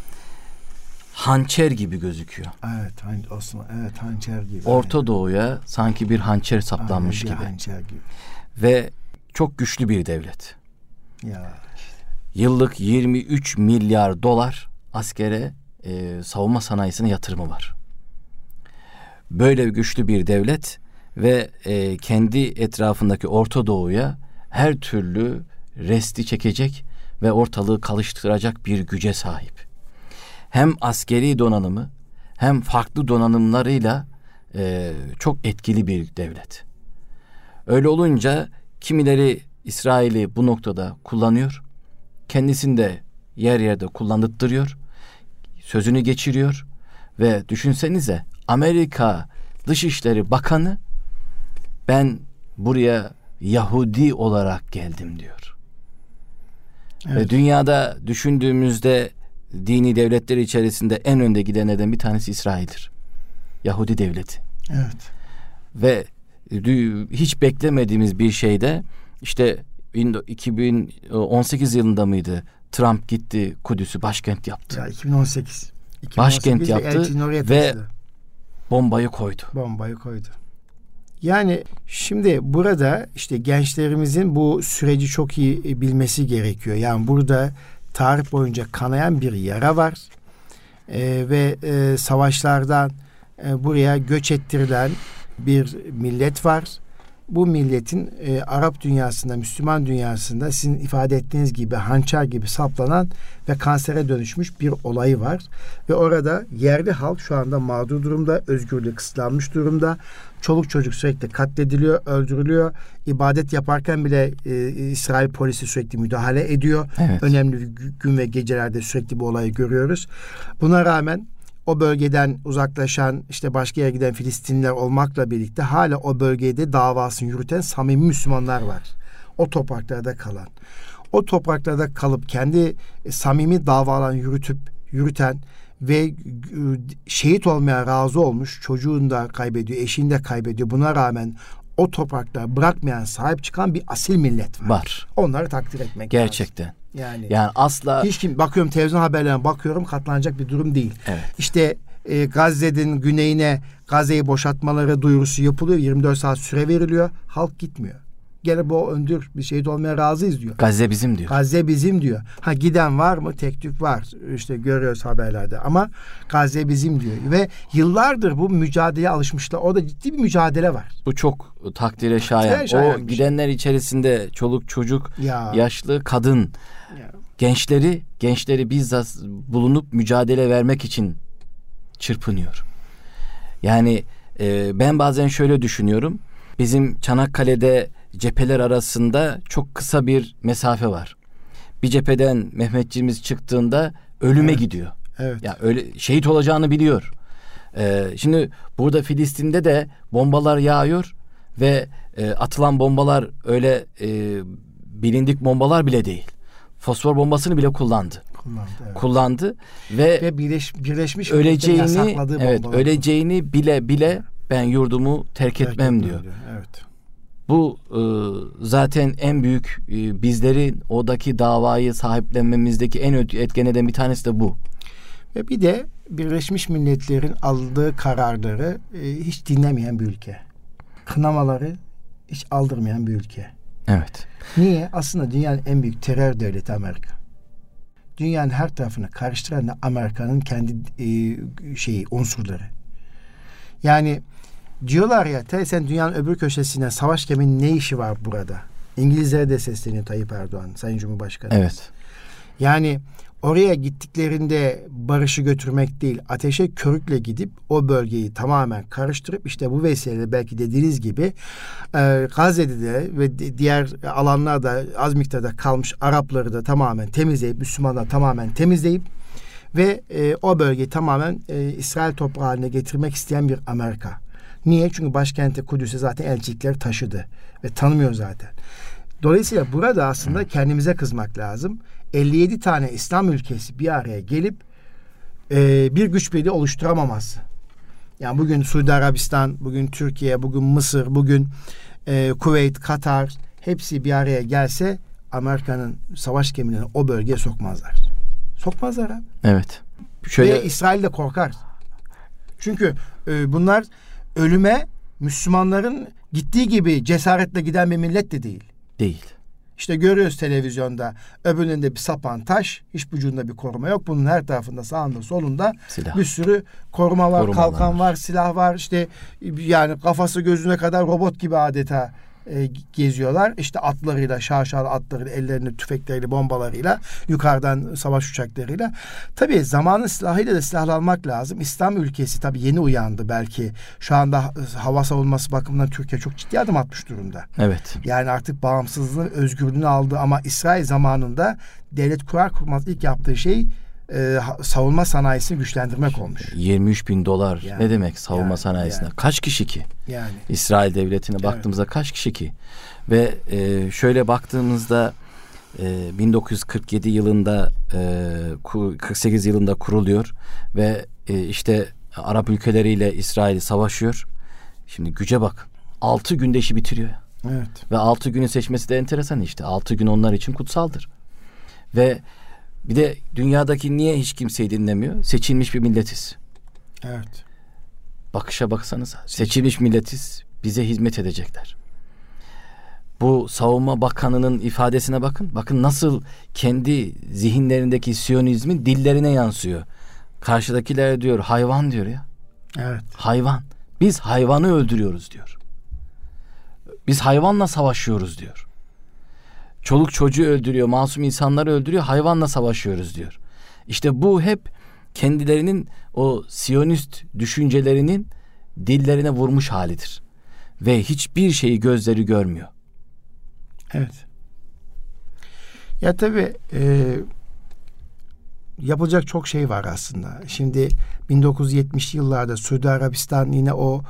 hançer gibi gözüküyor. Evet, Osman. Evet, hançer gibi. Orta Doğu'ya sanki bir hançer saplanmış gibi. Hançer gibi. Ve çok güçlü bir devlet. Ya. Yıllık 23 milyar dolar askere, savunma sanayisine yatırımı var. Böyle güçlü bir devlet ve kendi etrafındaki Orta Doğu'ya her türlü resti çekecek ve ortalığı kalıştıracak bir güce sahip. Hem askeri donanımı hem farklı donanımlarıyla çok etkili bir devlet. Öyle olunca kimileri İsrail'i bu noktada kullanıyor. Kendisini de yer yerde kullandırtıyor. Sözünü geçiriyor. Ve düşünsenize, Amerika Dışişleri Bakanı ben buraya Yahudi olarak geldim diyor. Evet. Ve dünyada düşündüğümüzde dini devletler içerisinde en önde gidenlerden bir tanesi İsrail'dir. Yahudi devleti. Evet. Ve hiç beklemediğimiz bir şeyde işte 2018 yılında mıydı? Trump gitti Kudüs'ü başkent yaptı. Ya 2018 başkent yaptı ve bombayı koydu. Yani şimdi burada işte gençlerimizin bu süreci çok iyi bilmesi gerekiyor. Yani burada tarih boyunca kanayan bir yara var. Ve savaşlardan buraya göç ettirilen bir millet var. Bu milletin Arap dünyasında, Müslüman dünyasında sizin ifade ettiğiniz gibi hançer gibi saplanan ve kansere dönüşmüş bir olayı var. Ve orada yerli halk şu anda mağdur durumda, özgürlüğü kısıtlanmış durumda. Çoluk çocuk sürekli katlediliyor, öldürülüyor. İbadet yaparken bile İsrail polisi sürekli müdahale ediyor. Evet. Önemli gün ve gecelerde sürekli bu olayı görüyoruz. Buna rağmen o bölgeden uzaklaşan, işte başka yere giden Filistinliler olmakla birlikte hala o bölgede davasını yürüten samimi Müslümanlar var. O topraklarda kalan. O topraklarda kalıp kendi samimi davalarını yürüten ve şehit olmaya razı olmuş, çocuğunu da kaybediyor, eşini de kaybediyor. Buna rağmen o toprakları bırakmayan, sahip çıkan bir asil millet var. Onları takdir etmek gerçekten lazım. Yani asla hiç kim bakıyorum televizyon haberlerine bakıyorum, katlanacak bir durum değil. Evet. İşte Gazze'nin güneyine Gazze'yi boşaltmaları duyurusu yapılıyor. 24 saat süre veriliyor. Halk gitmiyor. Gene bu öndür bir şehit olmaya razıyız diyor. Gazze bizim diyor. Gazze bizim diyor. Ha giden var mı? Tek tük var. İşte görüyoruz haberlerde. Ama Gazze bizim diyor. Ve yıllardır bu mücadeleye alışmışlar. Orada ciddi bir mücadele var. Bu çok takdire şayan. O gidenler içerisinde çoluk çocuk, yaşlı kadın, gençleri bizzat bulunup mücadele vermek için çırpınıyor. Yani ben bazen şöyle düşünüyorum. Bizim Çanakkale'de cepheler arasında çok kısa bir mesafe var. Bir cepheden Mehmetçiğimiz çıktığında ölüme gidiyor. Evet. Ya öyle şehit olacağını biliyor. Şimdi burada Filistin'de de bombalar yağıyor ve atılan bombalar öyle bilindik bombalar bile değil. Fosfor bombasını bile kullandı ve Birleşmiş öleceğini bile ben yurdumu terk etmem diyor. Evet. Bu zaten en büyük bizlerin oradaki davayı sahiplenmemizdeki en etken eden bir tanesi de bu. Ve bir de Birleşmiş Milletler'in aldığı kararları hiç dinlemeyen bir ülke. Kınamaları hiç aldırmayan bir ülke. Evet. Niye? Aslında dünyanın en büyük terör devleti Amerika. Dünyanın her tarafını karıştıran da Amerika'nın kendi unsurları. Yani diyorlar ya, sen dünyanın öbür köşesine savaş geminin ne işi var burada? İngilizlere de sesleniyor Tayyip Erdoğan, Sayın Cumhurbaşkanı. Evet. Yani oraya gittiklerinde barışı götürmek değil, ateşe körükle gidip o bölgeyi tamamen karıştırıp işte bu vesileyle belki dediğiniz gibi Gazze'de de ve diğer alanlarda az miktarda kalmış Arapları da tamamen temizleyip, Müslümanları tamamen temizleyip ve o bölgeyi tamamen İsrail toprağı haline getirmek isteyen bir Amerika. Niye? Çünkü başkenti Kudüs'e zaten elçilikleri taşıdı ve tanımıyor zaten. Dolayısıyla burada aslında kendimize kızmak lazım. 57 tane İslam ülkesi bir araya gelip bir güç birliği oluşturamaması. Yani bugün Suudi Arabistan, bugün Türkiye, bugün Mısır, bugün Kuveyt, Katar hepsi bir araya gelse Amerika'nın savaş gemilerini o bölgeye sokmazlar. Sokmazlar ha. Evet. Ve İsrail de korkar. Çünkü bunlar ölüme Müslümanların gittiği gibi cesaretle giden bir millet de değil. Değil. İşte görüyoruz televizyonda öbüründe bir sapan taş, hiç ucunda bir koruma yok. Bunun her tarafında, sağında solunda silah. Bir sürü koruma var, kalkan var, silah var. İşte yani kafası gözüne kadar robot gibi adeta geziyorlar. İşte atlarıyla, şaşalı atlarıyla, ellerinde tüfekleriyle, bombalarıyla, yukarıdan savaş uçaklarıyla. Tabii zamanın silahıyla da silahlanmak lazım. İslam ülkesi tabii yeni uyandı belki. Şu anda hava savunması bakımından Türkiye çok ciddi adım atmış durumda. Evet. Yani artık bağımsızlığını, özgürlüğünü aldı ama İsrail zamanında devlet kurar kurmaz ilk yaptığı şey savunma sanayisini güçlendirmek olmuş. 23.000 dolar yani, ne demek savunma sanayisine? Yani. Kaç kişi ki? Yani. İsrail devletine baktığımızda kaç kişi ki? Ve şöyle baktığımızda 1947 yılında 48 yılında kuruluyor ve işte Arap ülkeleriyle İsrail savaşıyor. Şimdi güce bak. 6 günde işi bitiriyor. Evet. Ve 6 günü seçmesi de enteresan işte. 6 gün onlar için kutsaldır. Ve bir de dünyadaki niye hiç kimseyi dinlemiyor? Seçilmiş bir milletiz. Evet. Bakışa baksanıza. Seçilmiş milletiz. bize hizmet edecekler. Bu Savunma Bakanı'nın ifadesine bakın. Bakın nasıl kendi zihinlerindeki Siyonizmin dillerine yansıyor. Karşıdakiler diyor hayvan diyor ya. Evet. Hayvan. Biz hayvanı öldürüyoruz diyor. Biz hayvanla savaşıyoruz diyor. Çoluk çocuğu öldürüyor, masum insanları öldürüyor, hayvanla savaşıyoruz diyor. İşte bu hep kendilerinin o Siyonist düşüncelerinin dillerine vurmuş halidir. Ve hiçbir şeyi gözleri görmüyor. Evet. Ya tabii yapılacak çok şey var aslında. Şimdi 1970'li yıllarda Suudi Arabistan yine o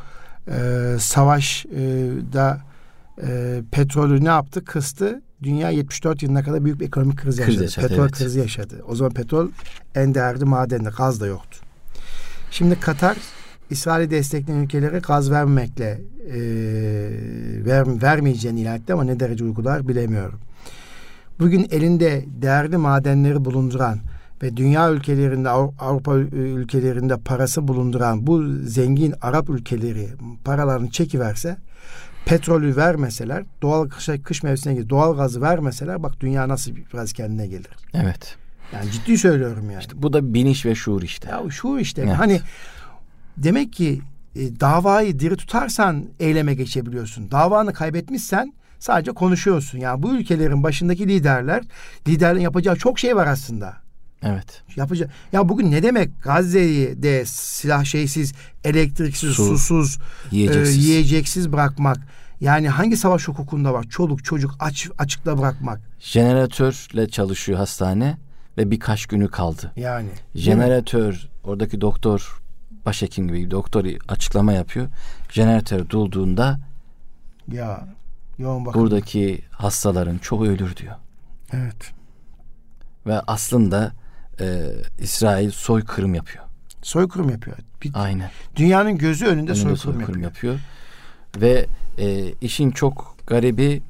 savaşda petrolü ne yaptı? Kıstı. Dünya 74 yılına kadar büyük bir ekonomik kriz yaşadı. Petrol krizi yaşadı. O zaman petrol en değerli madendi. Gaz da yoktu. Şimdi Katar İsrail'i destekleyen ülkelere gaz vermemekle vermeyeceğini ilan etti ama ne derece uygular bilemiyorum. Bugün elinde değerli madenleri bulunduran ve dünya ülkelerinde, Avrupa ülkelerinde parası bulunduran bu zengin Arap ülkeleri paralarını çekiverse, petrolü vermeseler, doğal kış mevsimine gibi doğal gazı vermeseler, bak dünya nasıl biraz kendine gelir. Evet. Yani ciddi söylüyorum yani. İşte bu da bilinç ve şuur işte. Ya şuur işte. Evet. Hani demek ki davayı diri tutarsan eyleme geçebiliyorsun. Davanı kaybetmişsen sadece konuşuyorsun. Yani bu ülkelerin başındaki liderlerin yapacağı çok şey var aslında. Evet. Ya bugün ne demek Gazze'yi de silah şeysiz, elektriksiz, susuz, yiyeceksiz bırakmak? Yani hangi savaş hukukunda var? Çoluk çocuk açıkta bırakmak. Jeneratörle çalışıyor hastane ve birkaç günü kaldı. Yani. Jeneratör, oradaki doktor, başhekim gibi bir doktor açıklama yapıyor. Jeneratör durduğunda yoğun bakım. Buradaki hastaların çoğu ölür diyor. Evet. Ve aslında İsrail soykırım yapıyor. Soykırım yapıyor. Aynen. Dünyanın gözü önünde soykırım yapıyor. Ve işin çok garibi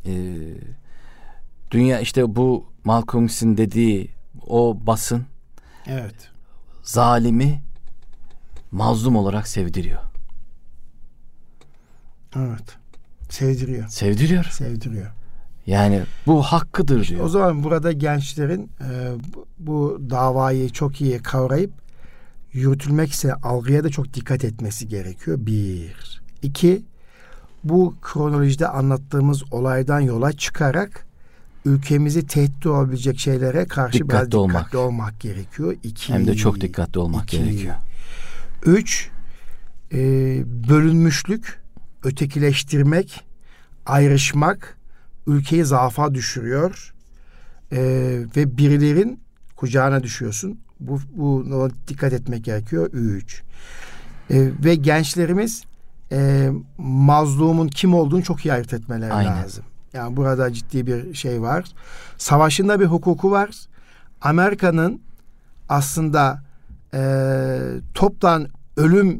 dünya işte bu Malcolm X'in dediği o basın zalimi mazlum olarak sevdiriyor. Evet. Sevdiriyor. Yani bu hakkıdır diyor. O zaman burada gençlerin bu davayı çok iyi kavrayıp yürütülmek ise algıya da çok dikkat etmesi gerekiyor. 1. 2. Bu kronolojide anlattığımız olaydan yola çıkarak ülkemizi tehdit olabilecek şeylere karşı dikkatli olmak gerekiyor. 2. Hem de çok dikkatli olmak gerekiyor. 3. Bölünmüşlük, ötekileştirmek, ayrışmak ülkeyi zaafa düşürüyor ve birilerin kucağına düşüyorsun. Buna dikkat etmek gerekiyor. 3. Ve gençlerimiz mazlumun kim olduğunu çok iyi ayırt etmeleri lazım. Yani burada ciddi bir şey var. Savaşında bir hukuku var. Amerika'nın aslında toptan ölüm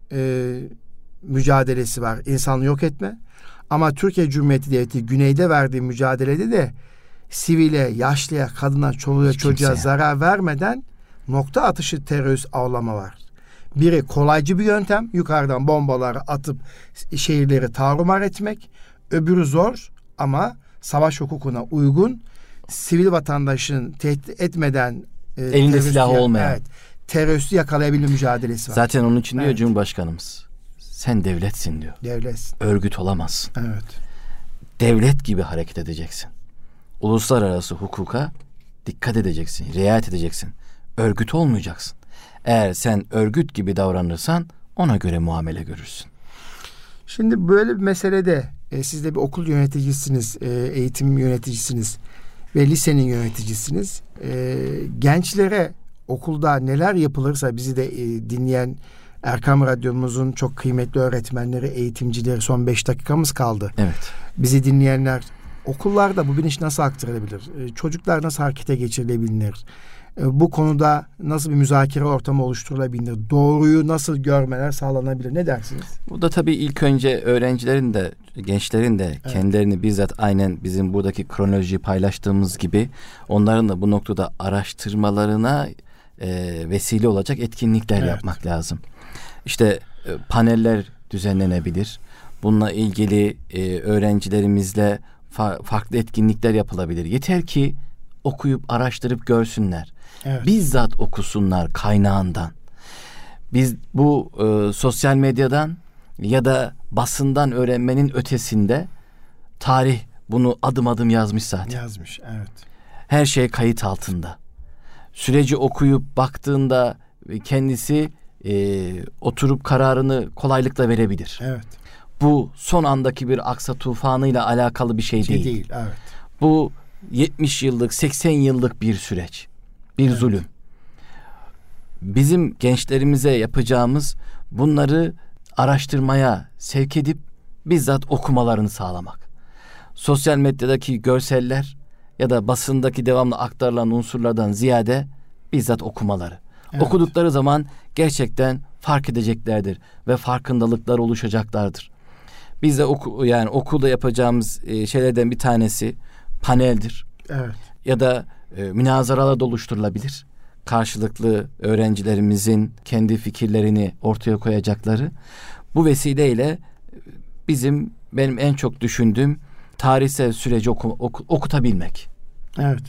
mücadelesi var. İnsanlığı yok etme. Ama Türkiye Cumhuriyeti Devleti güneyde verdiği mücadelede de sivile, yaşlıya, kadına, çoluğa, çocuğa zarar vermeden nokta atışı terörist avlama var. Biri kolaycı bir yöntem, yukarıdan bombaları atıp şehirleri tarumar etmek. Öbürü zor ama savaş hukukuna uygun, sivil vatandaşın tehdit etmeden elinde silahı olmayan teröristi yakalayabilme mücadelesi var. Zaten onun için diyor Cumhurbaşkanımız. Sen devletsin diyor. Devletsin. Örgüt olamazsın. Evet. Devlet gibi hareket edeceksin. Uluslararası hukuka dikkat edeceksin, riayet edeceksin. Örgüt olmayacaksın. Eğer sen örgüt gibi davranırsan ona göre muamele görürsün. Şimdi böyle bir meselede siz de bir okul yöneticisiniz, eğitim yöneticisiniz ve lisenin yöneticisiniz. Gençlere okulda neler yapılırsa bizi de dinleyen Erkam Radyomuzun çok kıymetli öğretmenleri, eğitimcileri, son 5 dakikamız kaldı. Evet. Bizi dinleyenler, okullarda bu bilinç nasıl aktarılabilir? Çocuklar nasıl harekete geçirilebilir? Bu konuda nasıl bir müzakere ortamı oluşturulabilir? Doğruyu nasıl görmeler sağlanabilir? Ne dersiniz? Bu da tabii ilk önce öğrencilerin de, gençlerin de kendilerini bizzat aynen bizim buradaki kronolojiyi paylaştığımız gibi onların da bu noktada araştırmalarına vesile olacak etkinlikler yapmak lazım. İşte paneller düzenlenebilir. bununla ilgili öğrencilerimizle farklı etkinlikler yapılabilir. Yeter ki okuyup araştırıp görsünler. Evet. Bizzat okusunlar kaynağından. Biz bu sosyal medyadan ya da basından öğrenmenin ötesinde tarih bunu adım adım yazmış zaten. Yazmış, evet. Her şey kayıt altında. Süreci okuyup baktığında kendisi oturup kararını kolaylıkla verebilir. Evet. Bu son andaki bir aksa tufanıyla alakalı bir şey değil. Evet. Bu 70 yıllık, 80 yıllık bir süreç. Bir zulüm. Bizim gençlerimize yapacağımız bunları araştırmaya sevk edip bizzat okumalarını sağlamak. Sosyal medyadaki görseller ya da basındaki devamlı aktarılan unsurlardan ziyade bizzat okumaları. Evet. Okudukları zaman gerçekten fark edeceklerdir ve farkındalıklar oluşacaklardır. Biz de okulda yapacağımız şeylerden bir tanesi paneldir. Evet. Ya da münazaralar da oluşturulabilir. Karşılıklı öğrencilerimizin kendi fikirlerini ortaya koyacakları. Bu vesileyle benim en çok düşündüğüm tarihsel süreci okutabilmek. Evet.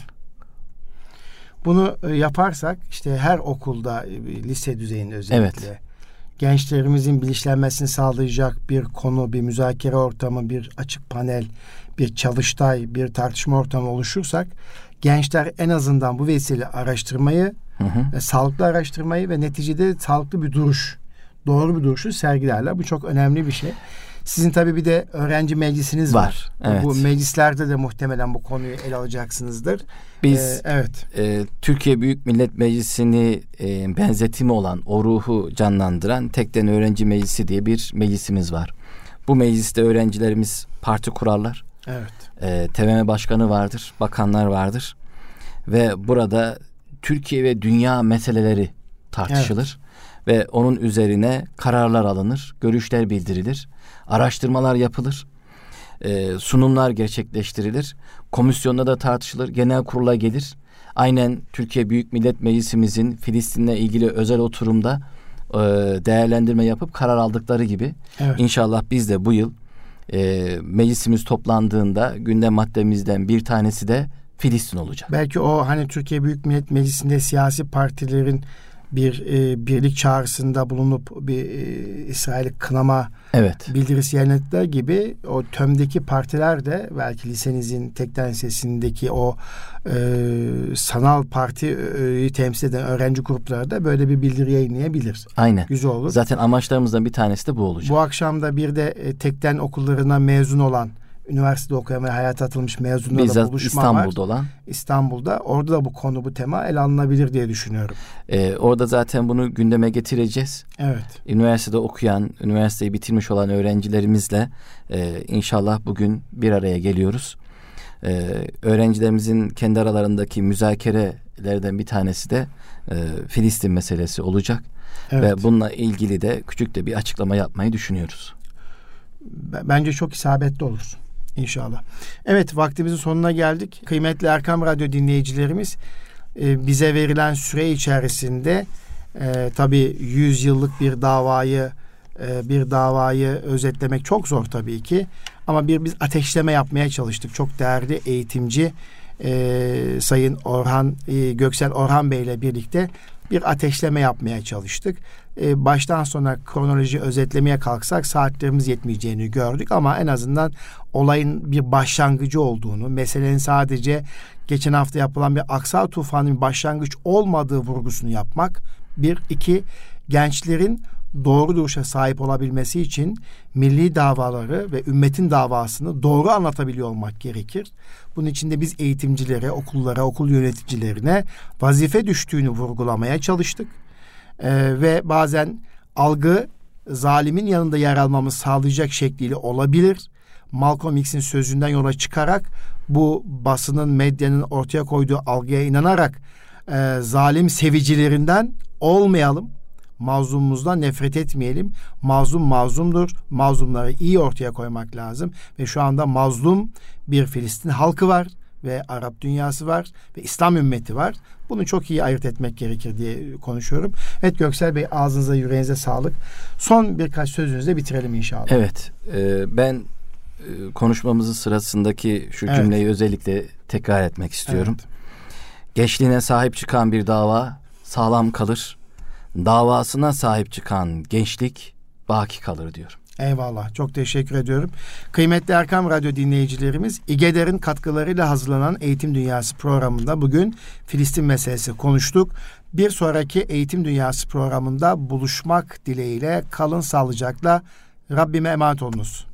Bunu yaparsak işte her okulda, lise düzeyinde özellikle gençlerimizin bilinçlenmesini sağlayacak bir konu, bir müzakere ortamı, bir açık panel, bir çalıştay, bir tartışma ortamı oluşursak gençler en azından bu vesileyle araştırmayı, ve sağlıklı araştırmayı ve neticede sağlıklı bir duruş, doğru bir duruşu sergilerler. Bu çok önemli bir şey. Sizin tabii bir de öğrenci meclisiniz var. Evet. Bu meclislerde de muhtemelen bu konuyu ele alacaksınızdır. Biz Türkiye Büyük Millet Meclisi'ni benzetimi olan, o ruhu canlandıran Tekden Öğrenci Meclisi diye bir meclisimiz var. Bu mecliste öğrencilerimiz parti kurarlar. Evet. TBMM başkanı vardır, bakanlar vardır ve burada Türkiye ve dünya meseleleri tartışılır ve onun üzerine kararlar alınır, görüşler bildirilir, araştırmalar yapılır, sunumlar gerçekleştirilir, komisyonda da tartışılır, genel kurula gelir. Aynen Türkiye Büyük Millet Meclisimizin Filistin'le ilgili özel oturumda değerlendirme yapıp karar aldıkları gibi İnşallah biz de bu yıl meclisimiz toplandığında gündem maddemizden bir tanesi de Filistin olacak. Belki o Türkiye Büyük Millet Meclisi'nde siyasi partilerin bir birlik çağrısında bulunup bir İsrail'i kınama bildirisi yayınladıkları gibi o TÖM'deki partiler de belki lisenizin Tekden Lisesi'ndeki o sanal partiyi temsil eden öğrenci grupları da böyle bir bildiri yayınlayabilir. Aynen. Güzel olur. Zaten amaçlarımızdan bir tanesi de bu olacak. Bu akşam da bir de Tekden okullarına mezun olan, üniversitede okuyan ve hayata atılmış mezunlarla bizzat buluşma İstanbul'da var. olan. İstanbul'da. Orada da bu konu, bu tema ele alınabilir diye düşünüyorum. Orada zaten bunu gündeme getireceğiz. Evet. Üniversitede okuyan, üniversiteyi bitirmiş olan öğrencilerimizle inşallah bugün bir araya geliyoruz. Öğrencilerimizin kendi aralarındaki müzakerelerden bir tanesi de Filistin meselesi olacak. Evet. Ve bununla ilgili de küçük de bir açıklama yapmayı düşünüyoruz. Bence çok isabetli olur. İnşallah. Evet, vaktimizin sonuna geldik. Kıymetli Erkam Radyo dinleyicilerimiz, bize verilen süre içerisinde tabii 100 yıllık bir davayı özetlemek çok zor tabii ki. Ama biz ateşleme yapmaya çalıştık. Çok değerli eğitimci Sayın Göksel Orhan Bey ile birlikte bir ateşleme yapmaya çalıştık. Baştan sona kronoloji özetlemeye kalksak saatlerimiz yetmeyeceğini gördük ama en azından olayın bir başlangıcı olduğunu, meselenin sadece geçen hafta yapılan bir Aksa tufanının başlangıç olmadığı vurgusunu yapmak. 2, gençlerin doğru duruşa sahip olabilmesi için milli davaları ve ümmetin davasını doğru anlatabiliyor olmak gerekir. Bunun için de biz eğitimcilere, okullara, okul yöneticilerine vazife düştüğünü vurgulamaya çalıştık. Ve bazen algı zalimin yanında yer almamız sağlayacak şekliyle olabilir. Malcolm X'in sözünden yola çıkarak bu basının, medyanın ortaya koyduğu algıya inanarak zalim sevicilerinden olmayalım. Mazlumumuzdan nefret etmeyelim. Mazlum mazlumdur. Mazlumları iyi ortaya koymak lazım. Ve şu anda mazlum bir Filistin halkı var. ve Arap dünyası var ve İslam ümmeti var. Bunu çok iyi ayırt etmek gerekir diye konuşuyorum. Evet Göksel Bey, ağzınıza yüreğinize sağlık. Son birkaç sözünüzle bitirelim inşallah. Evet, ben konuşmamızın sırasındaki şu cümleyi özellikle tekrar etmek istiyorum. Evet. Gençliğine sahip çıkan bir dava sağlam kalır. Davasına sahip çıkan gençlik baki kalır diyorum. Eyvallah. Çok teşekkür ediyorum. Kıymetli Erkam Radyo dinleyicilerimiz, İGEDER'in katkılarıyla hazırlanan Eğitim Dünyası programında bugün Filistin meselesi konuştuk. Bir sonraki Eğitim Dünyası programında buluşmak dileğiyle kalın sağlıcakla. Rabbime emanet olunuz.